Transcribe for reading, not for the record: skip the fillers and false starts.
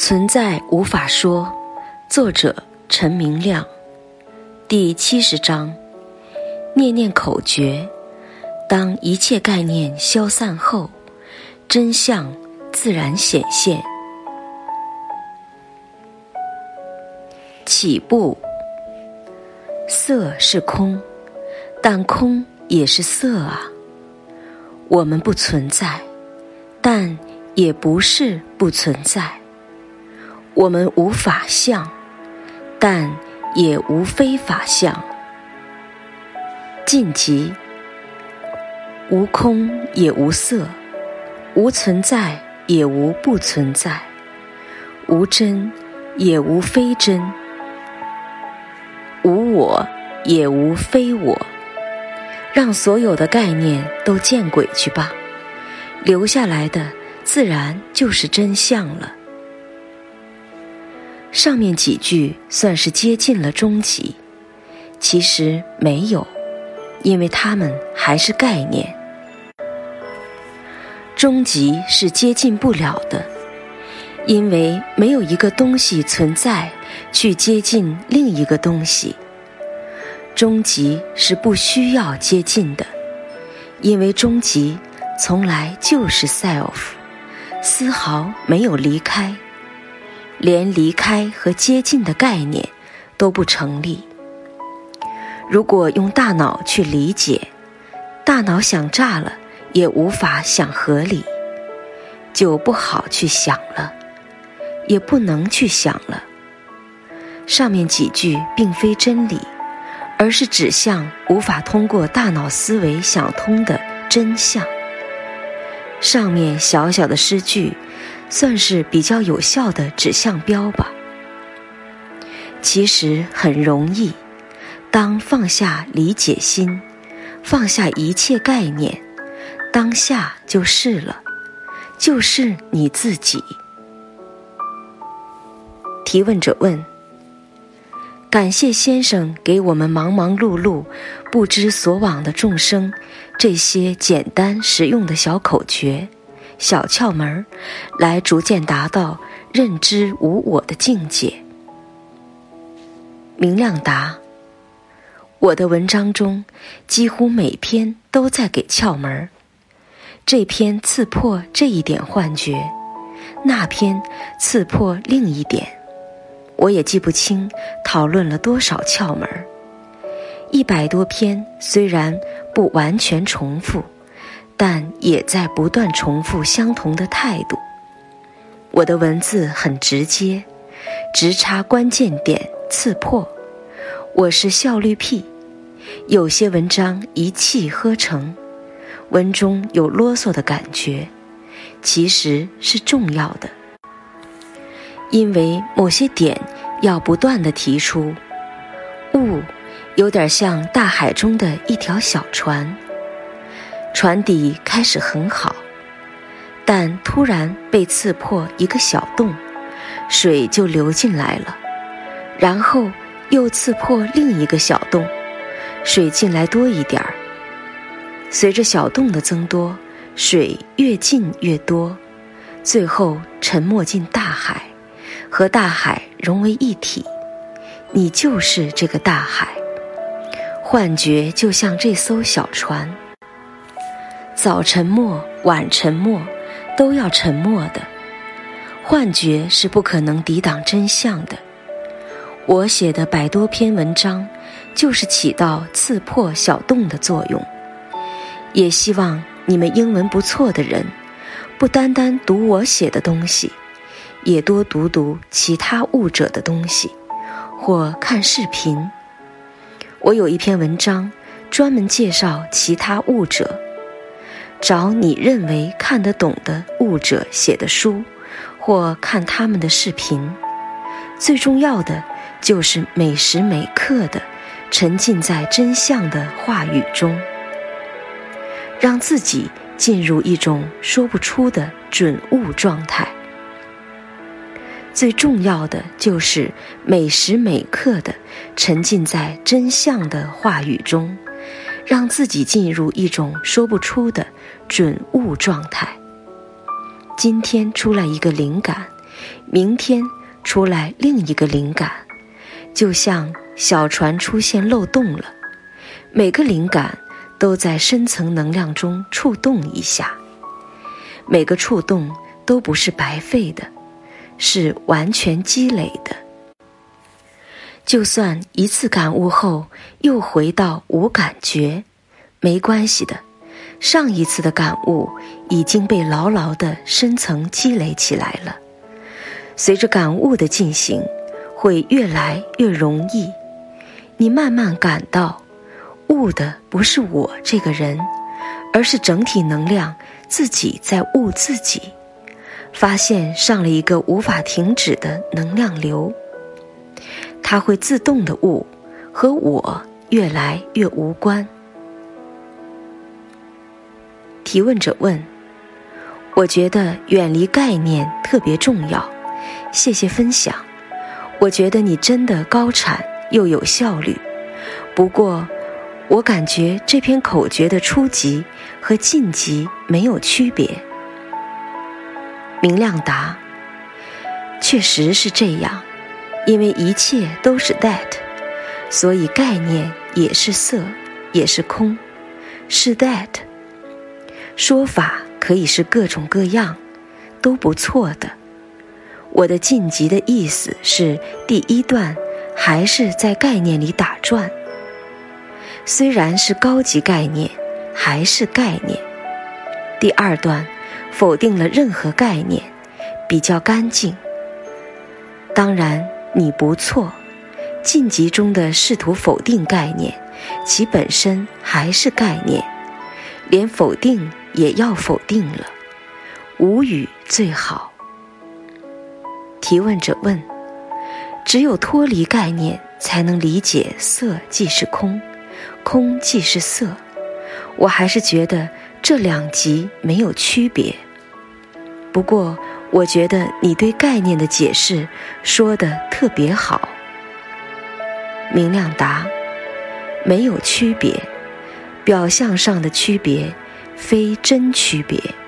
存在无法说，作者陈明亮。第70章，念念口诀，当一切概念消散后，真相自然显现。起步，色是空，但空也是色啊。我们不存在，但也不是不存在。我们无法相，但也无非法相。晋级，无空也无色，无存在也无不存在，无真也无非真，无我也无非我。让所有的概念都见鬼去吧，留下来的自然就是真相了。上面几句算是接近了终极，其实没有，因为它们还是概念。终极是接近不了的，因为没有一个东西存在去接近另一个东西。终极是不需要接近的，因为终极从来就是 self， 丝毫没有离开，连离开和接近的概念都不成立。如果用大脑去理解，大脑想炸了也无法想合理，就不好去想了，也不能去想了。上面几句并非真理，而是指向无法通过大脑思维想通的真相。上面小小的诗句算是比较有效的指向标吧。其实很容易，当放下理解心，放下一切概念，当下就是了，就是你自己。提问者问：感谢先生给我们忙忙碌碌不知所往的众生这些简单实用的小口诀、小窍门，来逐渐达到认知无我的境界。明亮答：我的文章中几乎每篇都在给窍门，这篇刺破这一点幻觉，那篇刺破另一点，我也记不清讨论了多少窍门。100多篇虽然不完全重复，但也在不断重复相同的态度。我的文字很直接，直插关键点，刺破。我是效率癖，有些文章一气呵成，文中有啰嗦的感觉，其实是重要的，因为某些点要不断地提出。悟有点像大海中的一条小船，船底开始很好，但突然被刺破一个小洞，水就流进来了，然后又刺破另一个小洞，水进来多一点儿。随着小洞的增多，水越进越多，最后沉没进大海，和大海融为一体。你就是这个大海。幻觉就像这艘小船，早沉没晚沉没都要沉没的。幻觉是不可能抵挡真相的。我写的100多篇文章就是起到刺破小洞的作用。也希望你们英文不错的人不单单读我写的东西，也多读读其他悟者的东西，或看视频。我有一篇文章专门介绍其他悟者，找你认为看得懂的悟者写的书，或看他们的视频。最重要的就是每时每刻地沉浸在真相的话语中，让自己进入一种说不出的准悟状态。最重要的就是每时每刻地沉浸在真相的话语中，让自己进入一种说不出的准悟状态。今天出来一个灵感， 明天出来另一个灵感，就像小船出现漏洞了，每个灵感都在深层能量中触动一下，每个触动都不是白费的，是完全积累的。就算一次感悟后又回到无感觉，没关系的，上一次的感悟已经被牢牢的深层积累起来了。随着感悟的进行，会越来越容易。你慢慢感到，悟的不是我这个人，而是整体能量自己在悟自己，发现上了一个无法停止的能量流。它会自动的悟，和我越来越无关。提问者问：我觉得远离概念特别重要，谢谢分享。我觉得你真的高产又有效率，不过我感觉这篇口诀的初级和晋级没有区别。明亮答：确实是这样，因为一切都是 that， 所以概念也是色，也是空，是 that。 说法可以是各种各样，都不错的。我的晋级的意思是，第一段还是在概念里打转，虽然是高级概念，还是概念。第二段否定了任何概念，比较干净。当然你不错，晋级中的试图否定概念，其本身还是概念，连否定也要否定了，无语最好。提问者问：只有脱离概念，才能理解色即是空，空即是色。我还是觉得这两极没有区别。不过我觉得你对概念的解释说得特别好。明亮答：没有区别，表象上的区别非真区别。